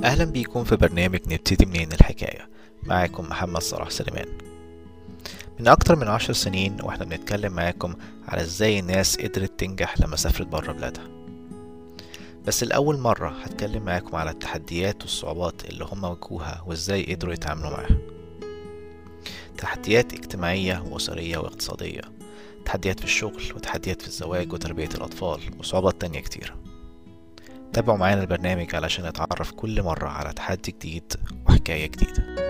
أهلا بيكم في برنامج نبتدي منين الحكاية. معاكم محمد صلاح سليمان. من أكتر من 10 سنين وإحنا بنتكلم معاكم على إزاي الناس قدرت تنجح لما سافرت برا بلادها. بس لأول مرة هتكلم معاكم على التحديات والصعوبات اللي هم واجهوها وإزاي قدروا يتعاملوا معاها. تحديات اجتماعية وأسرية واقتصادية، تحديات في الشغل وتحديات في الزواج وتربية الأطفال وصعوبات تانية كتير. تابعوا معانا البرنامج علشان نتعرف كل مرة على تحدي جديد وحكاية جديدة.